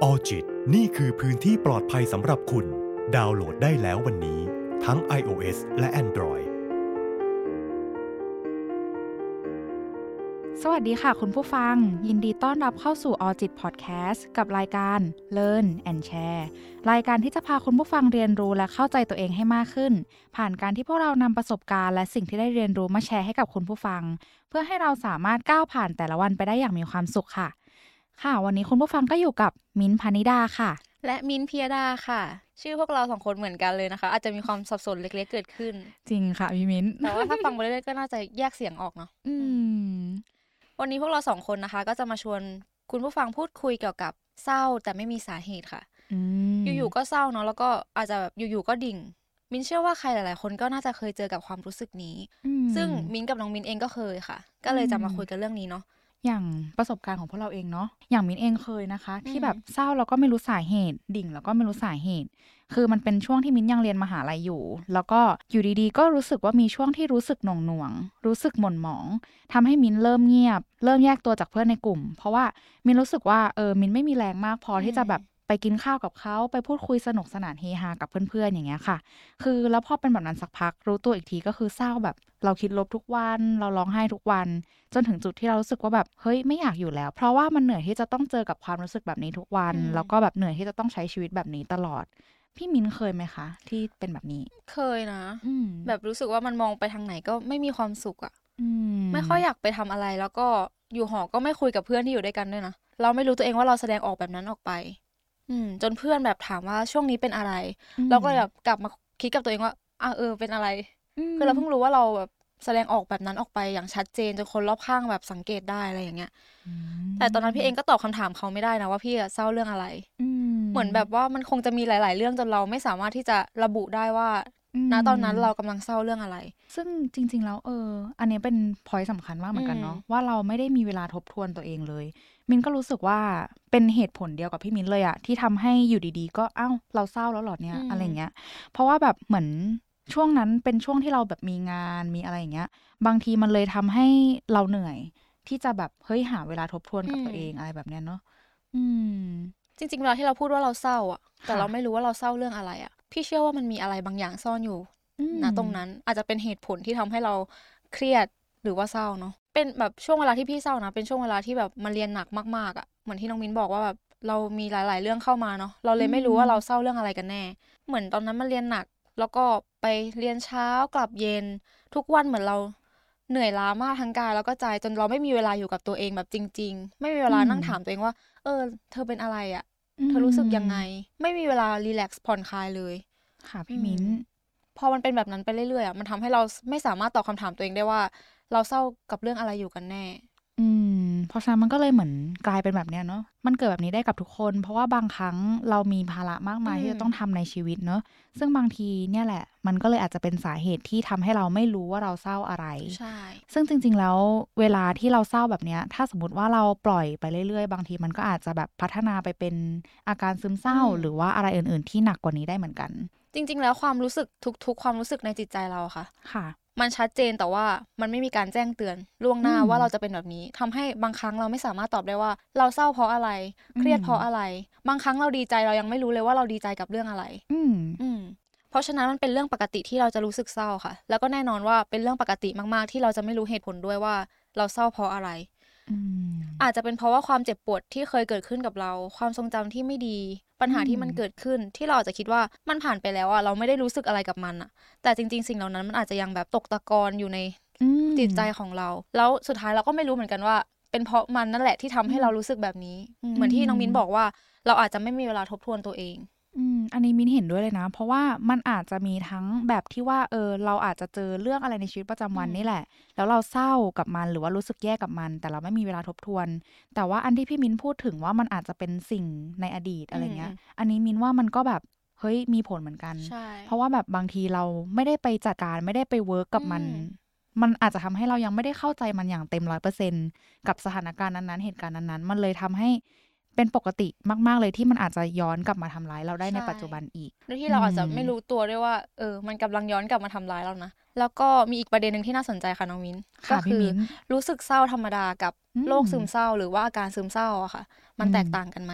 ออจิตนี่คือพื้นที่ปลอดภัยสำหรับคุณดาวน์โหลดได้แล้ววันนี้ทั้ง iOS และ Android สวัสดีค่ะคุณผู้ฟังยินดีต้อนรับเข้าสู่ออจิตพอดแคสต์กับรายการ Learn and Share รายการที่จะพาคุณผู้ฟังเรียนรู้และเข้าใจตัวเองให้มากขึ้นผ่านการที่พวกเรานำประสบการณ์และสิ่งที่ได้เรียนรู้มาแชร์ให้กับคุณผู้ฟังเพื่อให้เราสามารถก้าวผ่านแต่ละวันไปได้อย่างมีความสุขค่ะวันนี้คุณผู้ฟังก็อยู่กับมิ้นท์ พนิดาค่ะและมิ้นท์ พิยดาค่ะชื่อพวกเรา2คนเหมือนกันเลยนะคะอาจจะมีความสับสนเล็กๆเกิดขึ้นจริงค่ะพี่มิ้นท์แต่ว่าถ้าฟังไปเรื่อยๆก็น่าจะแยกเสียงออกเนาะวันนี้พวกเรา2คนนะคะก็จะมาชวนคุณผู้ฟังพูดคุยเกี่ยวกับเศร้าแต่ไม่มีสาเหตุค่ะอยู่ๆก็เศร้าเนาะแล้วก็อาจจะแบบอยู่ๆก็ดิ่งมิ้นเชื่อว่าใครหลายๆคนก็น่าจะเคยเจอกับความรู้สึกนี้ซึ่งมิ้นกับน้องมิ้นเองก็เคยค่ะก็เลยจะมาคุยกันเรื่องนี้เนาะอย่างประสบการณ์ของพวกเราเองเนาะอย่างมิ้นเองเคยนะคะที่แบบเศร้าแล้วก็ไม่รู้สาเหตุดิ่งแล้วก็ไม่รู้สาเหตุคือมันเป็นช่วงที่มิ้นยังเรียนมหาลัยอยู่แล้วก็อยู่ดีๆก็รู้สึกว่ามีช่วงที่รู้สึกหน่วงๆรู้สึกหม่นหมองทำให้มิ้นเริ่มเงียบเริ่มแยกตัวจากเพื่อนในกลุ่มเพราะว่ามิ้นรู้สึกว่ามิ้นไม่มีแรงมากพอที่จะแบบไปกินข้าวกับเขาไปพูดคุยสนุกสนานเฮฮากับเพื่อนๆอย่างเงี้ยค่ะคือแล้วพอเป็นแบบนั้นสักพักรู้ตัวอีกทีก็คือเศร้าแบบเราคิดลบทุกวันเราร้องไห้ทุกวันจนถึงจุดที่เรารู้สึกว่าแบบเฮ้ยไม่อยากอยู่แล้วเพราะว่ามันเหนื่อยที่จะต้องเจอกับความรู้สึกแบบนี้ทุกวันแล้วก็แบบเหนื่อยที่จะต้องใช้ชีวิตแบบนี้ตลอดพี่มิ้นเคยไหมคะที่เป็นแบบนี้เคยนะแบบรู้สึกว่ามันมองไปทางไหนก็ไม่มีความสุขอ่ะไม่ค่อยอยากไปทำอะไรแล้วก็อยู่หอก็ไม่คุยกับเพื่อนที่อยู่ด้วยกันด้วยนะเราไม่รู้ตัวเองว่าเราแสดงออกแบบนั้นออกไปจนเพื่อนแบบถามว่าช่วงนี้เป็นอะไรเราก็แบบกลับมาคิดกับตัวเองว่าเป็นอะไรคือเราเพิ่งรู้ว่าเราแบบแสดงออกแบบนั้นออกไปอย่างชัดเจนจนคนรอบข้างแบบสังเกตได้อะไรอย่างเงี้ยแต่ตอนนั้นพี่เองก็ตอบคำถามเขาไม่ได้นะว่าพี่เศร้าเรื่องอะไรเหมือนแบบว่ามันคงจะมีหลายๆเรื่องจนเราไม่สามารถที่จะระบุได้ว่าณตอนนั้นเรากำลังเศร้าเรื่องอะไรซึ่งจริงๆแล้วอันนี้เป็น point สำคัญมากเหมือนกันเนาะว่าเราไม่ได้มีเวลาทบทวนตัวเองเลยมินก็รู้สึกว่าเป็นเหตุผลเดียวกับพี่มินเลยอะที่ทำให้อยู่ดีๆก็เราเศร้าแล้วหรอเนี่ยอะไรเงี้ยเพราะว่าแบบเหมือนช่วงนั้นเป็นช่วงที่เราแบบมีงานมีอะไรอย่างเงี้ยบางทีมันเลยทำให้เราเหนื่อยที่จะแบบเฮ้ยหาเวลาทบทวนกับตัวเองอะไรแบบเนี้ยเนาะจริงๆเวลาที่เราพูดว่าเราเศร้าอะแต่เราไม่รู้ว่าเราเศร้าเรื่องอะไรอะพี่เชื่อว่ามันมีอะไรบางอย่างซ่อนอยู่ณตรงนั้นอาจจะเป็นเหตุผลที่ทำให้เราเครียดหรือว่าเศร้าเนาะเป็นแบบช่วงเวลาที่พี่เศร้านะเป็นช่วงเวลาที่แบบมันเรียนหนักมากๆอะเหมือนที่น้องมิ้นบอกว่าแบบเรามีหลายๆเรื่องเข้ามาเนาะเราเลยไม่รู้ว่าเราเศร้าเรื่องอะไรกันแน่เหมือนตอนนั้นมันเรียนหนักแล้วก็ไปเรียนเช้ากลับเย็นทุกวันเหมือนเราเหนื่อยล้ามากทั้งกายแล้วก็ใจจนเราไม่มีเวลาอยู่กับตัวเองแบบจริงๆไม่มีเวลานั่งถามตัวเองว่าเธอเป็นอะไรอะเธอรู้สึกยังไงไม่มีเวลารีแลกซ์ผ่อนคลายเลยค่ะพี่มิ้นพอมันเป็นแบบนั้นไปเรื่อยๆมันทำให้เราไม่สามารถตอบคำถามตัวเองได้ว่าเราเศร้ากับเรื่องอะไรอยู่กันแน่เพราะฉะนั้นมันก็เลยเหมือนกลายเป็นแบบเนี้ยเนาะมันเกิดแบบนี้ได้กับทุกคนเพราะว่าบางครั้งเรามีภาระมากมายที่จะต้องทำในชีวิตเนาะซึ่งบางทีเนี่ยแหละมันก็เลยอาจจะเป็นสาเหตุที่ทำให้เราไม่รู้ว่าเราเศร้าอะไรใช่ซึ่งจริงๆแล้วเวลาที่เราเศร้าแบบเนี้ยถ้าสมมติว่าเราปล่อยไปเรื่อยๆบางทีมันก็อาจจะแบบพัฒนาไปเป็นอาการซึมเศร้าหรือว่าอะไรอื่นๆที่หนักกว่านี้ได้เหมือนกันจริงๆแล้วความรู้สึกทุกความรู้สึกในจิตใจเราค่ะมันชัดเจนแต่ว่ามันไม่มีการแจ้งเตือนล่วงหน้าว่าเราจะเป็นแบบนี้ทำให้บางครั้งเราไม่สามารถตอบได้ว่าเราเศร้าเพราะอะไรเครียดเพราะอะไรบางครั้งเราดีใจเรายังไม่รู้เลยว่าเราดีใจกับเรื่องอะไรเพราะฉะนั้นมันเป็นเรื่องปกติที่เราจะรู้สึกเศร้าค่ะแล้วก็แน่นอนว่าเป็นเรื่องปกติมากๆที่เราจะไม่รู้เหตุผลด้วยว่าเราเศร้าเพราะอะไรอาจจะเป็นเพราะว่าความเจ็บปวดที่เคยเกิดขึ้นกับเราความทรงจำที่ไม่ดีปัญหาที่มันเกิดขึ้นที่เราอาจจะคิดว่ามันผ่านไปแล้วเราไม่ได้รู้สึกอะไรกับมันแต่จริงๆสิ่งเหล่านั้นมันอาจจะยังแบบตกตะกอนอยู่ในจิตใจของเราแล้วสุดท้ายเราก็ไม่รู้เหมือนกันว่าเป็นเพราะมันนั่นแหละที่ทำให้เรารู้สึกแบบนี้เหมือนที่น้องมิ้นบอกว่าเราอาจจะไม่มีเวลาทบทวนตัวเองอันนี้มิ้นเห็นด้วยเลยนะเพราะว่ามันอาจจะมีทั้งแบบที่ว่าเราอาจจะเจอเรื่องอะไรในชีวิตประจำวันนี่แหละแล้วเราเศร้ากับมันหรือว่ารู้สึกแย่กับมันแต่เราไม่มีเวลาทบทวนแต่ว่าอันที่พี่มิ้นพูดถึงว่ามันอาจจะเป็นสิ่งในอดีตอะไรเงี้ยอันนี้มิ้นว่ามันก็แบบเฮ้ยมีผลเหมือนกันเพราะว่าแบบบางทีเราไม่ได้ไปจัดการไม่ได้ไปเวิร์กกับมันอาจจะทำให้เรายังไม่ได้เข้าใจมันอย่างเต็ม100%กับสถานการณ์นั้นๆเหตุการณ์นั้นๆมันเลยทำให้เป็นปกติมากๆเลยที่มันอาจจะย้อนกลับมาทำร้ายเราได้ในปัจจุบันอีกโดยที่เราอาจจะไม่รู้ตัวด้วยว่ามันกำลังย้อนกลับมาทำร้ายเรานะแล้วก็มีอีกประเด็นนึงที่น่าสนใจค่ะน้องมิ้นก็คือรู้สึกเศร้าธรรมดากับโรคซึมเศร้าหรือว่าอาการซึมเศร้าค่ะมันแตกต่างกันไหม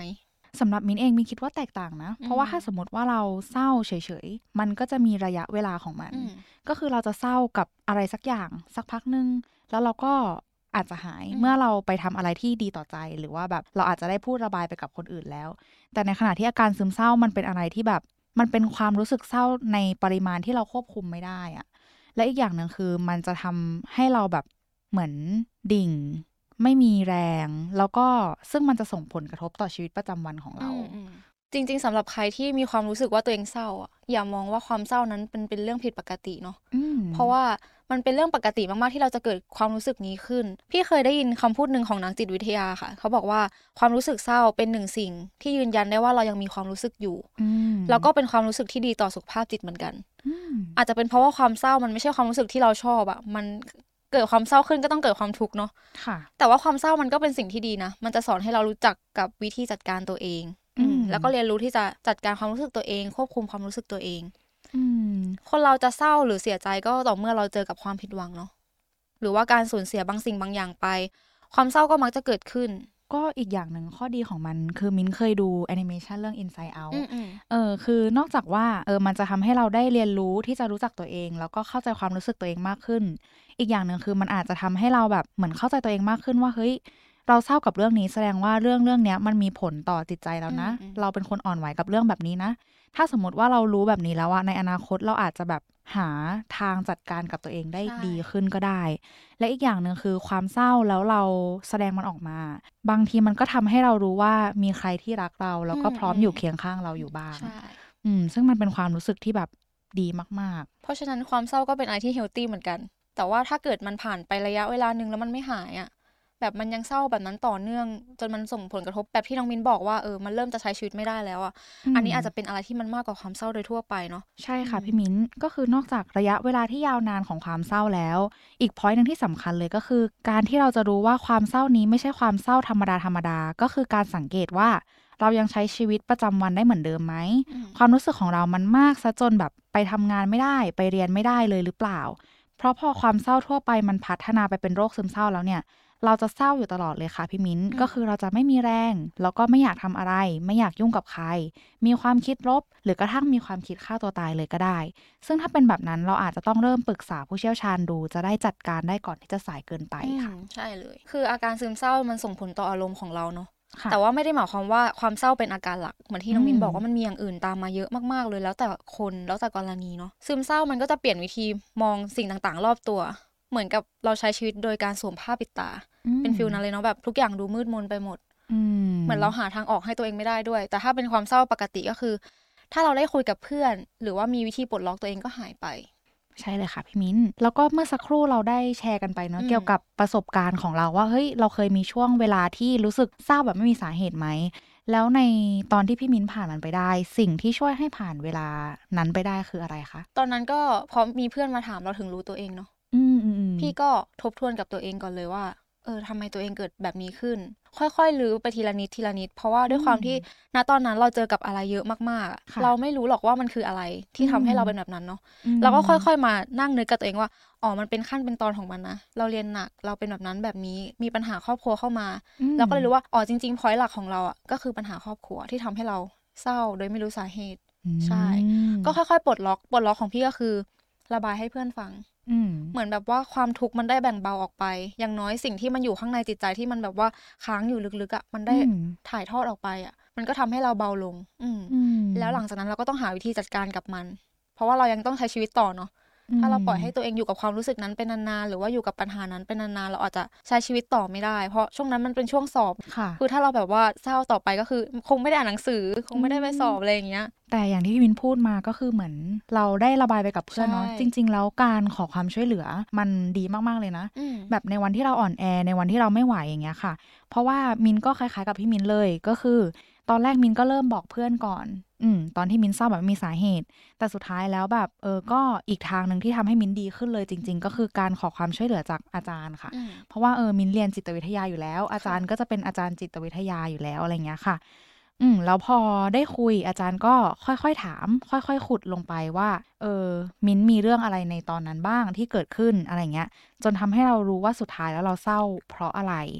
สำหรับมิ้นเองมิ้นคิดว่าแตกต่างนะเพราะว่าถ้าสมมติว่าเราเศร้าเฉยๆมันก็จะมีระยะเวลาของมันก็คือเราจะเศร้ากับอะไรสักอย่างสักพักนึงแล้วเราก็อาจจะหายเมื่อเราไปทำอะไรที่ดีต่อใจหรือว่าแบบเราอาจจะได้พูดระบายไปกับคนอื่นแล้วแต่ในขณะที่อาการซึมเศร้ามันเป็นอะไรที่แบบมันเป็นความรู้สึกเศร้าในปริมาณที่เราควบคุมไม่ได้อะและอีกอย่างนึงคือมันจะทำให้เราแบบเหมือนดิ่งไม่มีแรงแล้วก็ซึ่งมันจะส่งผลกระทบต่อชีวิตประจำวันของเราจริงๆสำหรับใครที่มีความรู้สึกว่าตัวเองเศร้าอ่ะอย่ามองว่าความเศร้านั้นเป็นเรื่องผิดปกติเนาะเพราะว่ามันเป็นเรื่องปกติมากๆที่เราจะเกิดความรู้สึกนี้ขึ้นพี่เคยได้ยินคำพูดหนึ่งของนักจิตวิทยาค่ะเขาบอกว่าความรู้สึกเศร้าเป็นหนึ่งสิ่งที่ยืนยันได้ว่าเรายังมีความรู้สึกอยู่แล้วก็เป็นความรู้สึกที่ดีต่อสุขภาพจิตเหมือนกันอาจจะเป็นเพราะว่าความเศร้ามันไม่ใช่ความรู้สึกที่เราชอบอ่ะมันเกิดความเศร้าขึ้นก็ต้องเกิดความทุกข์เนาะแต่ว่าความเศร้ามันก็เป็นสิ่งที่ดีนะมันจะสอนให้เรารู้จักกับวิธีจัดการตัวเองแล้วก็เรียนรู้ที่จะจัดการความรู้สึกตัวเองควบคุมความรู้สึกตัวเองคนเราจะเศร้าหรือเสียใจก็ต่อเมื่อเราเจอกับความผิดหวังเนาะหรือว่าการสูญเสียบางสิ่งบางอย่างไปความเศร้าก็มักจะเกิดขึ้นก็อีกอย่างหนึ่งข้อดีของมันคือมิ้นเคยดูแอนิเมชันเรื่อง Inside Out คือนอกจากว่ามันจะทำให้เราได้เรียนรู้ที่จะรู้จักตัวเองแล้วก็เข้าใจความรู้สึกตัวเองมากขึ้นอีกอย่างหนึ่งคือมันอาจจะทำให้เราแบบเหมือนเข้าใจตัวเองมากขึ้นว่าเฮ้ยเราเศร้ากับเรื่องนี้แสดงว่าเรื่องนี้มันมีผลต่อจิตใจเรานะเราเป็นคนอ่อนไหวกับเรื่องแบบนี้นะถ้าสมมติว่าเรารู้แบบนี้แล้วในอนาคตเราอาจจะแบบหาทางจัดการกับตัวเองได้ดีขึ้นก็ได้และอีกอย่างหนึ่งคือความเศร้าแล้วเราแสดงมันออกมาบางทีมันก็ทำให้เรารู้ว่ามีใครที่รักเราแล้วก็พร้อมอยู่เคียงข้างเราอยู่บ้างซึ่งมันเป็นความรู้สึกที่แบบดีมากๆเพราะฉะนั้นความเศร้าก็เป็นอะไรที่เฮลตี้เหมือนกันแต่ว่าถ้าเกิดมันผ่านไประยะเวลานึงแล้วมันไม่หายอ่ะแบบมันยังเศร้าแบบนั้นต่อเนื่องจนมันส่งผลกระทบแบบที่น้องมินบอกว่ามันเริ่มจะใช้ชีวิตไม่ได้แล้วอ่ะอันนี้อาจจะเป็นอะไรที่มันมากกว่าความเศร้าโดยทั่วไปเนาะใช่ค่ะพี่มิ้นก็คือนอกจากระยะเวลาที่ยาวนานของความเศร้าแล้วอีก point นึงที่สำคัญเลยก็คือการที่เราจะรู้ว่าความเศร้านี้ไม่ใช่ความเศร้าธรรมดาก็คือการสังเกตว่าเรายังใช้ชีวิตประจำวันได้เหมือนเดิมไหมความรู้สึกของเรามันมากซะจนแบบไปทำงานไม่ได้ไปเรียนไม่ได้เลยหรือเปล่าเพราะพอความเศร้าทั่วไปมันพัฒนาไปเป็นโรคซึมเศร้าแล้วเนี่ยเราจะเศร้าอยู่ตลอดเลยค่ะพี่มิ้นก็คือเราจะไม่มีแรงแล้วก็ไม่อยากทำอะไรไม่อยากยุ่งกับใครมีความคิดลบหรือกระทั่งมีความคิดฆ่าตัวตายเลยก็ได้ซึ่งถ้าเป็นแบบนั้นเราอาจจะต้องเริ่มปรึกษาผู้เชี่ยวชาญดูจะได้จัดการได้ก่อนที่จะสายเกินไปค่ะใช่เลยคืออาการซึมเศร้ามันส่งผลต่ออารมณ์ของเราเนาะแต่ว่าไม่ได้หมายความว่าความเศร้าเป็นอาการหลักเหมือนที่น้องมินบอกว่ามันมีอย่างอื่นตามมาเยอะมากๆเลยแล้วแต่คนแล้วแต่กรณีเนาะซึมเศร้ามันก็จะเปลี่ยนวิธีมองสิ่งต่างๆรอบตัวเหมือนกับเราใช้ชีวิตโดยการสวมผ้าปิดตาเป็นฟิลนั้นเลยเนาะแบบทุกอย่างดูมืดมนไปหมดเหมือนเราหาทางออกให้ตัวเองไม่ได้ด้วยแต่ถ้าเป็นความเศร้าปกติก็คือถ้าเราได้คุยกับเพื่อนหรือว่ามีวิธีปลดล็อกตัวเองก็หายไปใช่เลยค่ะพี่มิ้นแล้วก็เมื่อสักครู่เราได้แชร์กันไปเนาะเกี่ยวกับประสบการณ์ของเราว่าเฮ้ยเราเคยมีช่วงเวลาที่รู้สึกเศร้าแบบไม่มีสาเหตุไหมแล้วในตอนที่พี่มิ้นผ่านมันไปได้สิ่งที่ช่วยให้ผ่านเวลานั้นไปได้คืออะไรคะตอนนั้นก็พอมีเพื่อนมาถามเราถึงรู้ตัวเองเนาะพี่ก็ทบทวนกับตัวเองก่อนเลยว่าทำไมตัวเองเกิดแบบนี้ขึ้นค่อยๆลื้อไปทีละนิดทีละนิดเพราะว่าด้วยความที่ณตอนนั้นเราเจอกับอะไรเยอะมากๆเราไม่รู้หรอกว่ามันคืออะไรที่ทำให้เราเป็นแบบนั้นเนาะเราก็ค่อยๆมานั่งนึกกับตัวเองว่ามันเป็นขั้นเป็นตอนของมันนะเราเรียนหนักเราเป็นแบบนั้นแบบนี้มีปัญหาครอบครัวเข้ามาเราก็เลยรู้ว่าจริงๆ point หลักของเราอ่ะก็คือปัญหาครอบครัวที่ทำให้เราเศร้าโดยไม่รู้สาเหตุใช่ก็ค่อยๆปลดล็อกของพี่ก็คือระบายให้เพื่อนฟังเหมือนแบบว่าความทุกข์มันได้แบ่งเบาออกไปอย่างน้อยสิ่งที่มันอยู่ข้างในจิตใจที่มันแบบว่าค้างอยู่ลึกๆอ่ะมันได้ถ่ายทอดออกไปอ่ะมันก็ทำให้เราเบาลงแล้วหลังจากนั้นเราก็ต้องหาวิธีจัดการกับมันเพราะว่าเรายังต้องใช้ชีวิตต่อเนาะถ้าเราปล่อยให้ตัวเองอยู่กับความรู้สึกนั้นเป็นนานๆหรือว่าอยู่กับปัญหานั้นเป็นนานๆเราอาจจะใช้ชีวิตต่อไม่ได้เพราะช่วงนั้นมันเป็นช่วงสอบคือถ้าเราแบบว่าเศร้าต่อไปก็คือคงไม่ได้อ่านหนังสือคงไม่ได้ไปสอบอะไรอย่างเงี้ยแต่อย่างที่พี่มินพูดมาก็คือเหมือนเราได้ระบายไปกับเพื่อนเนาะจริงๆแล้วการขอความช่วยเหลือมันดีมากๆเลยนะแบบในวันที่เราอ่อนแอในวันที่เราไม่ไหวอย่างเงี้ยค่ะเพราะว่ามินก็คล้ายๆกับพี่มินเลยก็คือตอนแรกมินก็เริ่มบอกเพื่อนก่อนตอนที่มินเศร้าแบบมีสาเหตุแต่สุดท้ายแล้วแบบก็อีกทางนึงที่ทำให้มินดีขึ้นเลยจริงๆก็คือการขอความช่วยเหลือจากอาจารย์ค่ะเพราะว่ามินเรียนจิตวิทยาอยู่แล้วอาจารย์ก็จะเป็นอาจารย์จิตวิทยาอยู่แล้วอะไรเงี้ยค่ะแล้วพอได้คุยอาจารย์ก็ค่อยๆถามค่อยๆขุดลงไปว่ามิ้นมีเรื่องอะไรในตอนนั้นบ้างที่เกิดขึ้นอะไรเงี้ยจนทำให้เรารู้ว่าสุดท้ายแล้วเราเศร้าเพราะอะไร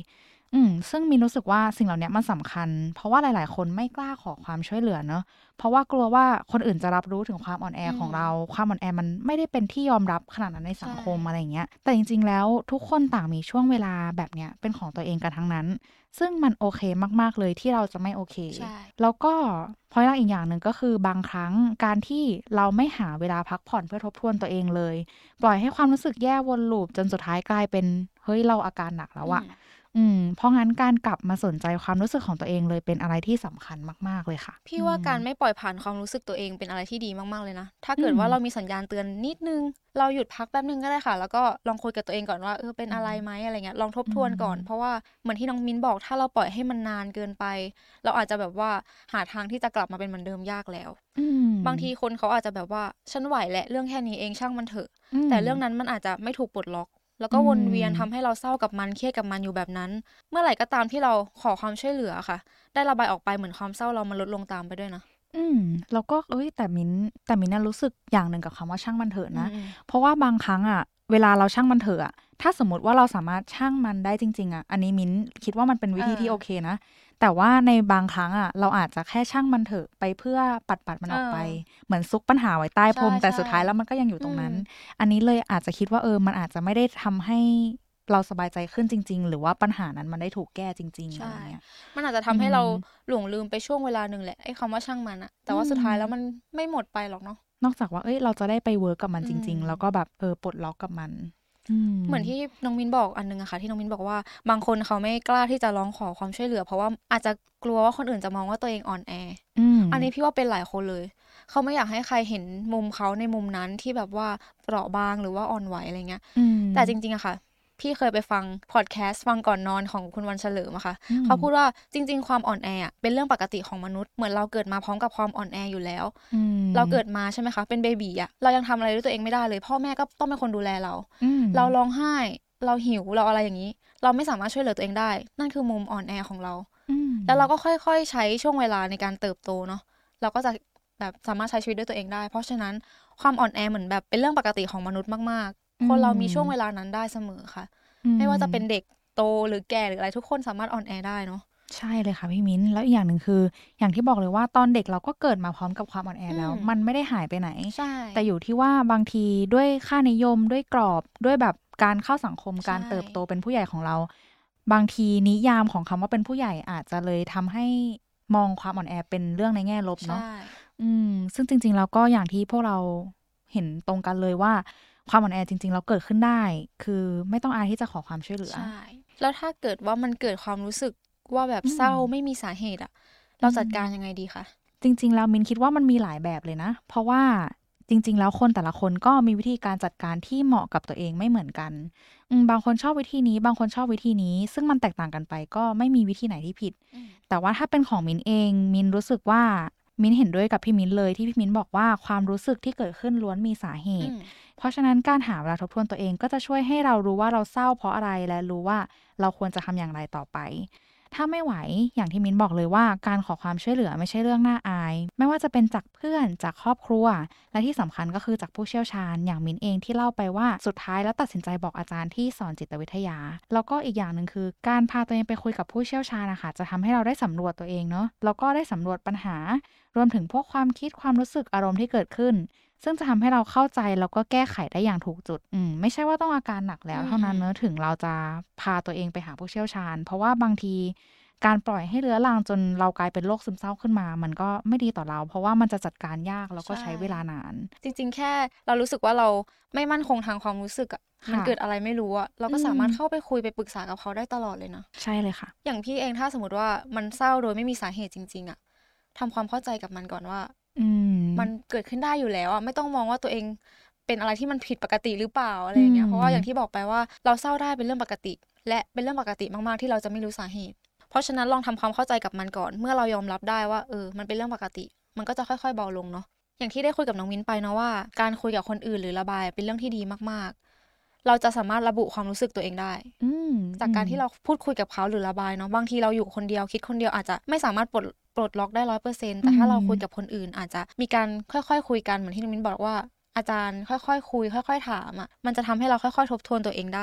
ซึ่งมินรู้สึกว่าสิ่งเหล่านี้มันสำคัญเพราะว่าหลายๆคนไม่กล้าขอความช่วยเหลือเนอะเพราะว่ากลัวว่าคนอื่นจะรับรู้ถึงความอ่อนแอของเราความอ่อนแอมันไม่ได้เป็นที่ยอมรับขนาดนั้นในสังคมอะไรอย่างเงี้ยแต่จริงๆแล้วทุกคนต่างมีช่วงเวลาแบบเนี้ยเป็นของตัวเองกันทั้งนั้นซึ่งมันโอเคมากๆเลยที่เราจะไม่โอเคแล้วก็พอยต์อีกอย่างหนึ่งก็คือบางครั้งการที่เราไม่หาเวลาพักผ่อนเพื่อทบทวนตัวเองเลยปล่อยให้ความรู้สึกแย่วนลูปจนสุดท้ายกลายเป็นเฮ้ยเราอาการหนักแล้วอะเพราะงั้นการกลับมาสนใจความรู้สึกของตัวเองเลยเป็นอะไรที่สำคัญมากๆเลยค่ะพี่ว่าการไม่ปล่อยผ่านความรู้สึกตัวเองเป็นอะไรที่ดีมากๆเลยนะถ้าเกิดว่าเรามีสัญญาณเตือนนิดนึงเราหยุดพักแป๊บนึงก็ได้ค่ะแล้วก็ลองคุยกับตัวเองก่อนว่าเป็นอะไรไหมอะไรเงี้ยลองทบทวนก่อนเพราะว่าเหมือนที่น้องมิ้นบอกถ้าเราปล่อยให้มันนานเกินไปเราอาจจะแบบว่าหาทางที่จะกลับมาเป็นเหมือนเดิมยากแล้วบางทีคนเขาอาจจะแบบว่าฉันไหวแหละเรื่องแค่นี้เองช่างมันเถอะแต่เรื่องนั้นมันอาจจะไม่ถูกปลดล็อกแล้วก็วนเวียนทำให้เราเศร้ากับมันเครียดกับมันอยู่แบบนั้นเมื่อไหร่ก็ตามที่เราขอความช่วยเหลือค่ะได้ระบายออกไปเหมือนความเศร้าเรามันลดลงตามไปด้วยนะแล้วก็แต่มิ้นน่ะรู้สึกอย่างหนึ่งกับคำว่าช่างมันเถอะนะเพราะว่าบางครั้งอะเวลาเราช่างมันเถอะอะถ้าสมมติว่าเราสามารถช่างมันได้จริงๆอะอันนี้มิ้นคิดว่ามันเป็นวิธีที่โอเคนะแต่ว่าในบางครั้งอะเราอาจจะแค่ช่างมันเถอะไปเพื่อปัดมันออกไปเหมือนซุกปัญหาไว้ใต้พรมแต่สุดท้ายแล้วมันก็ยังอยู่ตรงนั้นอันนี้เลยอาจจะคิดว่ามันอาจจะไม่ได้ทำให้เราสบายใจขึ้นจริงๆหรือว่าปัญหานั้นมันได้ถูกแก้จริงๆอะไรเงี้ยมันอาจจะทำให้เราหลงลืมไปช่วงเวลาหนึ่งแหละไอ้คำว่าช่างมันอะแต่ว่าสุดท้ายแล้วมันไม่หมดไปหรอกเนาะนอกจากว่าเราจะได้ไปเวิร์กกับมันจริงๆแล้วก็แบบปลดล็อกกับมันเหมือนที่น้องมิ้นบอกอันนึงอะค่ะที่น้องมิ้นบอกว่าบางคนเขาไม่กล้าที่จะร้องขอความช่วยเหลือเพราะว่าอาจจะกลัวว่าคนอื่นจะมองว่าตัวเองอ่อนแออันนี้พี่ว่าเป็นหลายคนเลยเขาไม่อยากให้ใครเห็นมุมเขาในมุมนั้นที่แบบว่าเปราะบางหรือว่าอ่อนไหวอะไรเงี้ยแต่จริงๆอะค่ะพี่เคยไปฟังพอดแคสต์ฟังก่อนนอนของคุณวันเฉลิมอะค่ะเขาพูดว่าจริงๆความอ่อนแอเป็นเรื่องปกติของมนุษย์เหมือนเราเกิดมาพร้อมกับความอ่อนแออยู่แล้วเราเกิดมาใช่ไหมคะเป็นเบบีอะเรายังทำอะไรด้วยตัวเองไม่ได้เลยพ่อแม่ก็ต้องเป็นคนดูแลเราเราร้องไห้เราหิวเราอะไรอย่างนี้เราไม่สามารถช่วยเหลือตัวเองได้นั่นคือมุมอ่อนแอของเราแล้วเราก็ค่อยๆใช้ช่วงเวลาในการเติบโตเนาะเราก็จะแบบสามารถใช้ชีวิตด้วยตัวเองได้เพราะฉะนั้นความอ่อนแอเหมือนแบบเป็นเรื่องปกติของมนุษย์มากๆคนเรามีช่วงเวลานั้นได้เสมอค่ะไม่ว่าจะเป็นเด็กโตหรือแก่หรืออะไรทุกคนสามารถอ่อนแอได้เนาะใช่เลยค่ะพี่มิ้นแล้วอีกอย่างหนึ่งคืออย่างที่บอกเลยว่าตอนเด็กเราก็เกิดมาพร้อมกับความอ่อนแอแล้วมันไม่ได้หายไปไหนแต่อยู่ที่ว่าบางทีด้วยค่านิยมด้วยกรอบด้วยแบบการเข้าสังคมการเติบโตเป็นผู้ใหญ่ของเราบางทีนิยามของคำว่าเป็นผู้ใหญ่อาจจะเลยทำให้มองความอ่อนแอเป็นเรื่องในแง่ลบเนาะซึ่งจริงๆแล้วก็อย่างที่พวกเราเห็นตรงกันเลยว่าความอ่อนแอจริงๆเราเกิดขึ้นได้คือไม่ต้องอายที่จะขอความช่วยเหลือใช่แล้วถ้าเกิดว่ามันเกิดความรู้สึกว่าแบบเศร้าไม่มีสาเหตุอะเราจัดการยังไงดีคะจริงๆแล้วมินคิดว่ามันมีหลายแบบเลยนะเพราะว่าจริงๆแล้วคนแต่ละคนก็มีวิธีการจัดการที่เหมาะกับตัวเองไม่เหมือนกันบางคนชอบวิธีนี้บางคนชอบวิธีนี้ซึ่งมันแตกต่างกันไปก็ไม่มีวิธีไหนที่ผิดแต่ว่าถ้าเป็นของมินเองมินรู้สึกว่ามินเห็นด้วยกับพี่มินเลยที่พี่มินบอกว่าความรู้สึกที่เกิดขึ้นล้วนมีสาเหตุเพราะฉะนั้นการหาเวลาทบทวนตัวเองก็จะช่วยให้เรารู้ว่าเราเศร้าเพราะอะไรและรู้ว่าเราควรจะทำอย่างไรต่อไปถ้าไม่ไหวอย่างที่มิ้นบอกเลยว่าการขอความช่วยเหลือไม่ใช่เรื่องน่าอายไม่ว่าจะเป็นจากเพื่อนจากครอบครัวและที่สำคัญก็คือจากผู้เชี่ยวชาญอย่างมิ้นเองที่เล่าไปว่าสุดท้ายแล้วตัดสินใจบอกอาจารย์ที่สอนจิตวิทยาแล้วก็อีกอย่างหนึ่งคือการพาตัวเองไปคุยกับผู้เชี่ยวชาญนะคะจะทำให้เราได้สำรวจตัวเองเนาะแล้วก็ได้สำรวจปัญหารวมถึงพวกความคิดความรู้สึกอารมณ์ที่เกิดขึ้นซึ่งจะทำให้เราเข้าใจแล้วก็แก้ไขได้อย่างถูกจุดไม่ใช่ว่าต้องอาการหนักแล้วเท่านั้นเนอะถึงเราจะพาตัวเองไปหาผู้เชี่ยวชาญเพราะว่าบางทีการปล่อยให้เรื้อรังจนเรากลายเป็นโรคซึมเศร้าขึ้นมามันก็ไม่ดีต่อเราเพราะว่ามันจะจัดการยากแล้วก็ใช้เวลานานจริงๆแค่เรารู้สึกว่าเราไม่มั่นคงทางความรู้สึกอะมันเกิดอะไรไม่รู้อะเราก็สามารถเข้าไปคุยไปปรึกษากับเขาได้ตลอดเลยนะใช่เลยค่ะอย่างพี่เองถ้าสมมติว่ามันเศร้าโดยไม่มีสาเหตุจริงๆอะทำความเข้าใจกับมันก่อนว่ามันเกิดขึ้นได้อยู่แล้วอะไม่ต้องมองว่าตัวเองเป็นอะไรที่มันผิดปกติหรือเปล่าอะไรอย่างเงี้ยเพราะว่าอย่างที่บอกไปว่าเราเศร้าได้เป็นเรื่องปกติและเป็นเรื่องปกติมากๆที่เราจะไม่รู้สาเหตุเพราะฉะนั้นลองทำความเข้าใจกับมันก่อนเมื่อเรายอมรับได้ว่ามันเป็นเรื่องปกติมันก็จะค่อยๆเบาลงเนาะอย่างที่ได้คุยกับน้องมิ้นไปเนาะว่าการคุยกับคนอื่นหรือระบายเป็นเรื่องที่ดีมากๆเราจะสามารถระบุความรู้สึกตัวเองได้จากการที่เราพูดคุยกับเขาหรือระบายเนาะบางทีเราอยู่คนเดียวคิดคนเดียวอาจจะไม่สามารถปลดล็อกได้ 100% แต่ถ้าเราคุยกับคนอื่นอาจจะมีการค่อยๆคุยกันเหมือนที่น้องมิ้นบอกว่าอาจารย์ค่อยๆคุยค่อยๆถามอ่ะมันจะทำให้เราค่อยๆทบทวนตัวเองได้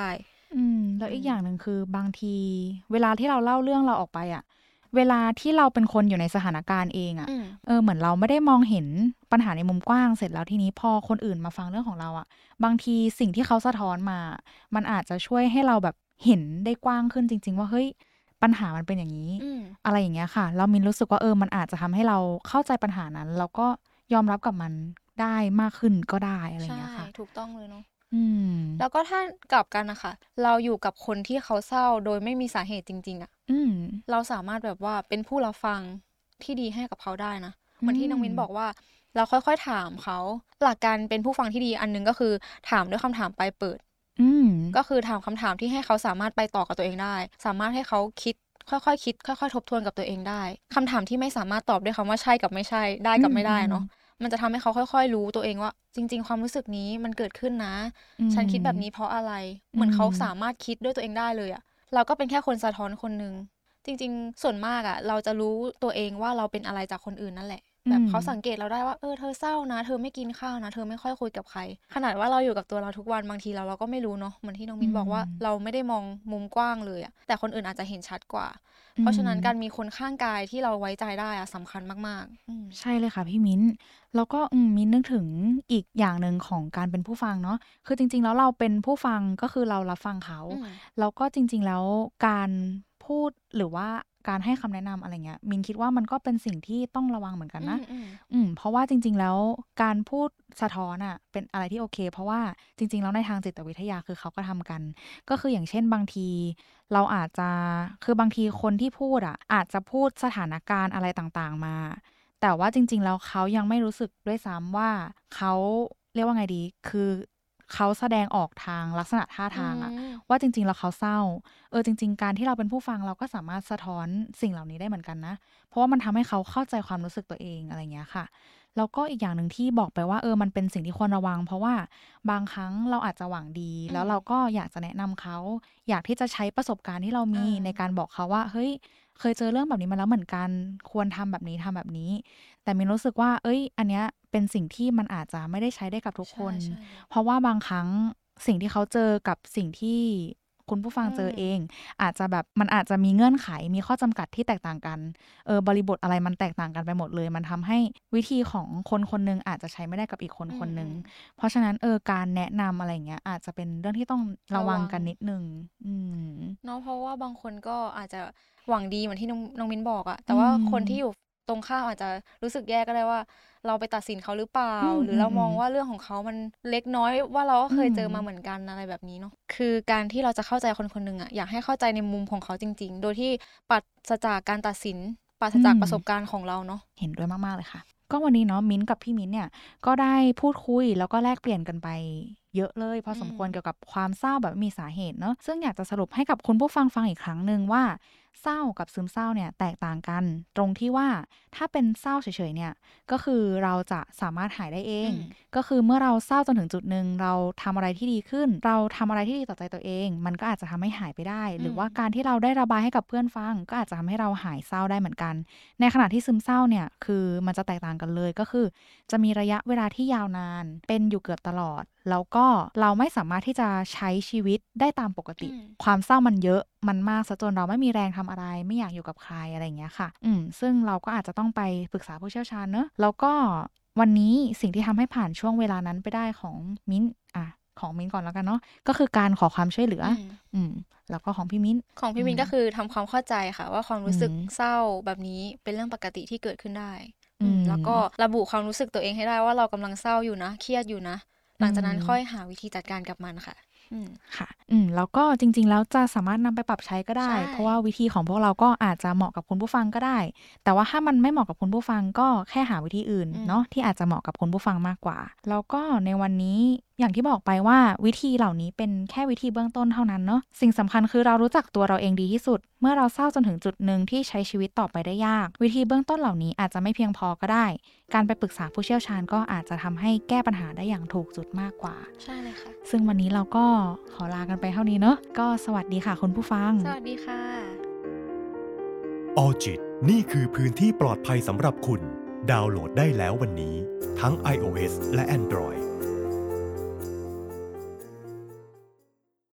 แล้วอีกอย่างหนึ่งคือบางทีเวลาที่เราเล่าเรื่องเราออกไปอ่ะเวลาที่เราเป็นคนอยู่ในสถานการณ์เองอ่ะเหมือนเราไม่ได้มองเห็นปัญหาในมุมกว้างเสร็จแล้วทีนี้พอคนอื่นมาฟังเรื่องของเราอ่ะบางทีสิ่งที่เขาสะท้อนมามันอาจจะช่วยให้เราแบบเห็นได้กว้างขึ้นจริงๆว่าเฮ้ยปัญหามันเป็นอย่างนี้อะไรอย่างเงี้ยค่ะเรามินรู้สึกว่ามันอาจจะทำให้เราเข้าใจปัญหานั้นแล้วก็ยอมรับกับมันได้มากขึ้นก็ได้อะไรอย่างเงี้ยค่ะถูกต้องเลยเนาะแล้วก็ถ้ากลับกันนะคะเราอยู่กับคนที่เขาเศร้าโดยไม่มีสาเหตุจริงๆอ่ะเราสามารถแบบว่าเป็นผู้รับฟังที่ดีให้กับเขาได้นะเหมือนที่น้องมิ้นบอกว่าเราค่อยๆถามเขาหลักการเป็นผู้ฟังที่ดีอันนึงก็คือถามด้วยคำถามปลายเปิดก็คือถามคำถามที่ให้เขาสามารถไปต่อกับตัวเองได้สามารถให้เขาคิดค่อยๆคิดค่อยๆทบทวนกับตัวเองได้คำถามที่ไม่สามารถตอบด้วยคำว่าใช่กับไม่ใช่ได้กับไม่ได้เนาะมันจะทำให้เขาค่อยๆรู้ตัวเองว่าจริงๆความรู้สึกนี้มันเกิดขึ้นนะฉันคิดแบบนี้เพราะอะไรเหมือนเขาสามารถคิดด้วยตัวเองได้เลยอะเราก็เป็นแค่คนสะท้อนคนนึงจริงๆส่วนมากอะเราจะรู้ตัวเองว่าเราเป็นอะไรจากคนอื่นนั่นแหละแบบเขาสังเกตเราได้ว่าเธอเศร้านะเธอไม่กินข้าวนะเธอไม่ค่อยคุยกับใครขนาดว่าเราอยู่กับตัวเราทุกวันบางทีเราก็ไม่รู้เนาะเหมือนที่น้องมิ้นบอกว่าเราไม่ได้มองมุมกว้างเลยอะแต่คนอื่นอาจจะเห็นชัดกว่าเพราะฉะนั้นการมีคนข้างกายที่เราไว้ใจได้อะสำคัญมากๆใช่เลยค่ะพี่มิ้นแล้วก็มิ้นนึกถึงอีกอย่างหนึ่งของการเป็นผู้ฟังเนาะคือจริงๆแล้วเราเป็นผู้ฟังก็คือเรารับฟังเขาแล้วก็จริงๆแล้วการพูดหรือว่าการให้คำแนะนำอะไรเงี้ยมินคิดว่ามันก็เป็นสิ่งที่ต้องระวังเหมือนกันนะเพราะว่าจริงๆแล้วการพูดสะท้อนอ่ะเป็นอะไรที่โอเคเพราะว่าจริงๆแล้วในทางจิตวิทยาคือเขาก็ทำกันก็คืออย่างเช่นบางทีเราอาจจะคือบางทีคนที่พูดอ่ะอาจจะพูดสถานการณ์อะไรต่างๆมาแต่ว่าจริงๆแล้วเขายังไม่รู้สึกด้วยซ้ำว่าเขาเรียกว่าไงดีคือเขาแสดงออกทางลักษณะท่าทางอะว่าจริงๆแล้วเขาเศร้าจริงๆการที่เราเป็นผู้ฟังเราก็สามารถสะท้อนสิ่งเหล่านี้ได้เหมือนกันนะเพราะว่ามันทำให้เขาเข้าใจความรู้สึกตัวเองอะไรเงี้ยค่ะแล้วก็อีกอย่างหนึ่งที่บอกไปว่ามันเป็นสิ่งที่ควรระวังเพราะว่าบางครั้งเราอาจจะหวังดีแล้วเราก็อยากจะแนะนำเขาอยากที่จะใช้ประสบการณ์ที่เรามีในการบอกเขาว่าเฮ้ยเคยเจอเรื่องแบบนี้มาแล้วเหมือนกันควรทำแบบนี้ทำแบบนี้แต่มินรู้สึกว่าอันเนี้ยเป็นสิ่งที่มันอาจจะไม่ได้ใช้ได้กับทุกคนเพราะว่าบางครั้งสิ่งที่เขาเจอกับสิ่งที่คุณผู้ฟังเจอเองอาจจะแบบมันอาจจะมีเงื่อนไขมีข้อจำกัดที่แตกต่างกันบริบทอะไรมันแตกต่างกันไปหมดเลยมันทำให้วิธีของคนคนนึงอาจจะใช้ไม่ได้กับอีกคนคนนึงเพราะฉะนั้นการแนะนำอะไรเงี้ยอาจจะเป็นเรื่องที่ต้องระวังกันนิดนึงเนาะเพราะว่าบางคนก็อาจจะหวังดีเหมือนที่น้องมิ้นบอกอะแต่ว่าคนที่อยู่ตรงข้ามอาจจะรู้สึกแย่ก็ได้ว่าเราไปตัดสินเขาหรือเปล่าหรือเรามองว่าเรื่องของเขามันเล็กน้อยว่าเราก็เคยเจอมาเหมือนกันอะไรแบบนี้เนาะคือการที่เราจะเข้าใจคนคนนึงอะอยากให้เข้าใจในมุมของเขาจริงๆโดยที่ปราศจากการตัดสินปราศจากประสบการณ์ของเราเนาะเห็นด้วยมากๆเลยค่ะก็วันนี้เนาะมิ้นกับพี่มิ้นเนี่ยก็ได้พูดคุยแล้วก็แลกเปลี่ยนกันไปเยอะเลยพอสมควรเกี่ยวกับความเศร้าแบบไม่มีสาเหตุเนาะซึ่งอยากจะสรุปให้กับคุณผู้ฟังฟังอีกครั้งนึงว่าเศร้ากับซึมเศร้าเนี่ยแตกต่างกันตรงที่ว่าถ้าเป็นเศร้าเฉยๆเนี่ยก็คือเราจะสามารถหายได้เองก็คือเมื่อเราเศร้าจนถึงจุดนึงเราทำอะไรที่ดีขึ้นเราทำอะไรที่ดีต่อใจตัวเองมันก็อาจจะทำให้หายไปได้หรือว่าการที่เราได้ระบายให้กับเพื่อนฟังก็อาจจะทำให้เราหายเศร้าได้เหมือนกันในขณะที่ซึมเศร้าเนี่ยคือมันจะแตกต่างกันเลยก็คือจะมีระยะเวลาที่ยาวนานเป็นอยู่เกือบตลอดแล้วก็เราไม่สามารถที่จะใช้ชีวิตได้ตามปกติความเศร้ามันเยอะมันมากซะจนเราไม่มีแรงทำอะไรไม่อยากอยู่กับใครอะไรอย่างเงี้ยค่ะซึ่งเราก็อาจจะต้องไปปรึกษาผู้เชี่ยวชาญเนอะแล้วก็วันนี้สิ่งที่ทำให้ผ่านช่วงเวลานั้นไปได้ของมิ้นของมิ้นก่อนแล้วกันเนาะก็คือการขอความช่วยเหลือแล้วก็ของพี่มิ้นก็คือทำความเข้าใจค่ะว่าความรู้สึกเศร้าแบบนี้เป็นเรื่องปกติที่เกิดขึ้นได้แล้วก็ระบุความรู้สึกตัวเองให้ได้ว่าเรากำลังเศร้าอยู่นะเครียดอยู่นะหลังจากนั้นค่อยหาวิธีจัดการกับมันค่ะค่ะแล้วก็จริงๆแล้วจะสามารถนำไปปรับใช้ก็ได้เพราะว่าวิธีของพวกเราก็อาจจะเหมาะกับคุณผู้ฟังก็ได้แต่ว่าถ้ามันไม่เหมาะกับคุณผู้ฟังก็แค่หาวิธีอื่นเนาะที่อาจจะเหมาะกับคุณผู้ฟังมากกว่าแล้วก็ในวันนี้อย่างที่บอกไปว่าวิธีเหล่านี้เป็นแค่วิธีเบื้องต้นเท่านั้นเนาะสิ่งสำคัญคือเรารู้จักตัวเราเองดีที่สุดเมื่อเราเศร้าจนถึงจุดนึงที่ใช้ชีวิตต่อไปได้ยากวิธีเบื้องต้นเหล่านี้อาจจะไม่เพียงพอก็ได้การไปปรึกษาผู้เชี่ยวชาญก็อาจจะทำให้แก้ปัญหาได้อย่างถูกจุดมากกว่าใช่เลยค่ะซึ่งวันนี้เราก็ขอลากันไปเท่านี้เนาะก็สวัสดีค่ะคุณผู้ฟังสวัสดีค่ะออจิตนี่คือพื้นที่ปลอดภัยสำหรับคุณดาวน์โหลดได้แล้ววันนี้ทั้ง iOS และ Android